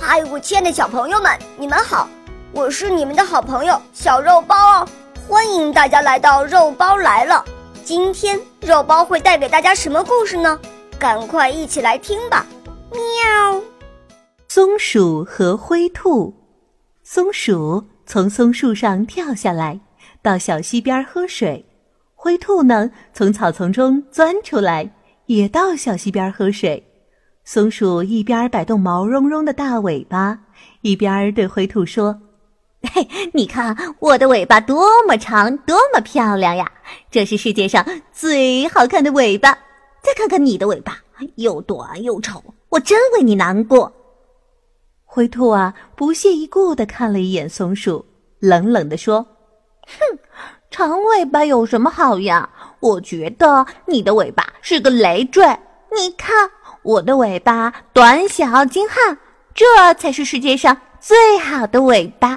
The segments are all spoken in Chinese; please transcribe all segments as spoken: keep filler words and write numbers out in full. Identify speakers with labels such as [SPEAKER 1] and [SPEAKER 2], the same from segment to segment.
[SPEAKER 1] 嗨，我亲爱的小朋友们，你们好，我是你们的好朋友小肉包哦，欢迎大家来到肉包来了。今天肉包会带给大家什么故事呢？赶快一起来听吧。喵。
[SPEAKER 2] 松鼠和灰兔。松鼠从松树上跳下来，到小溪边喝水。灰兔呢，从草丛中钻出来，也到小溪边喝水。松鼠一边摆动毛茸茸的大尾巴，一边对灰兔说：
[SPEAKER 3] 嘿，你看我的尾巴多么长，多么漂亮呀！这是世界上最好看的尾巴。再看看你的尾巴，又短又丑，我真为你难过。
[SPEAKER 2] 灰兔啊，不屑一顾地看了一眼松鼠，冷冷地说：
[SPEAKER 3] 哼，长尾巴有什么好呀？我觉得你的尾巴是个累赘。你看我的尾巴短小精悍，这才是世界上最好的尾巴。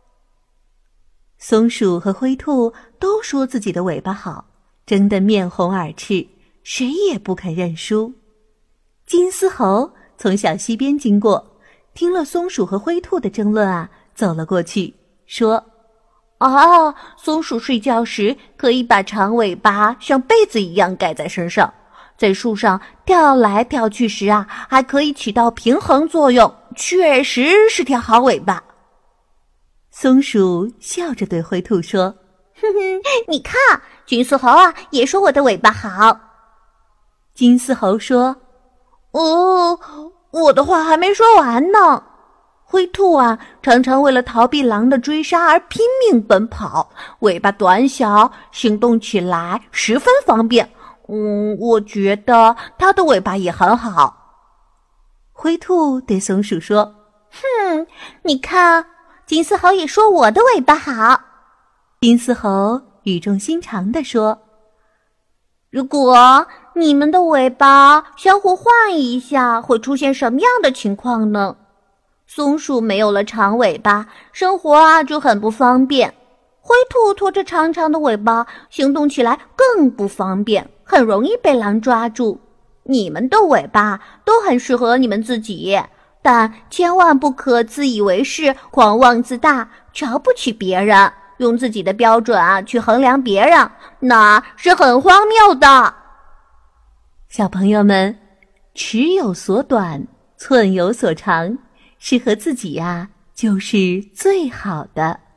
[SPEAKER 2] 松鼠和灰兔都说自己的尾巴好，争得面红耳赤，谁也不肯认输。金丝猴从小溪边经过，听了松鼠和灰兔的争论啊，走了过去，说：
[SPEAKER 3] 啊，松鼠睡觉时可以把长尾巴像被子一样盖在身上，在树上跳来跳去时啊，还可以起到平衡作用，确实是条好尾巴。
[SPEAKER 2] 松鼠笑着对灰兔说：
[SPEAKER 3] 哼哼，你看，金丝猴啊也说我的尾巴好。
[SPEAKER 2] 金丝猴说：
[SPEAKER 3] 哦，我的话还没说完呢。灰兔啊，常常为了逃避狼的追杀而拼命奔跑，尾巴短小，行动起来十分方便。嗯，我觉得它的尾巴也很好。
[SPEAKER 2] 灰兔对松鼠说：
[SPEAKER 3] 哼，你看，金丝猴也说我的尾巴好。
[SPEAKER 2] 金丝猴语重心长地说：
[SPEAKER 3] 如果你们的尾巴相互换一下，会出现什么样的情况呢？松鼠没有了长尾巴，生活啊就很不方便。灰兔拖着长长的尾巴，行动起来更不方便，很容易被狼抓住。你们的尾巴都很适合你们自己，但千万不可自以为是、狂妄自大，瞧不起别人，用自己的标准啊去衡量别人，那是很荒谬的。
[SPEAKER 2] 小朋友们，尺有所短，寸有所长，适合自己呀、啊，就是最好的。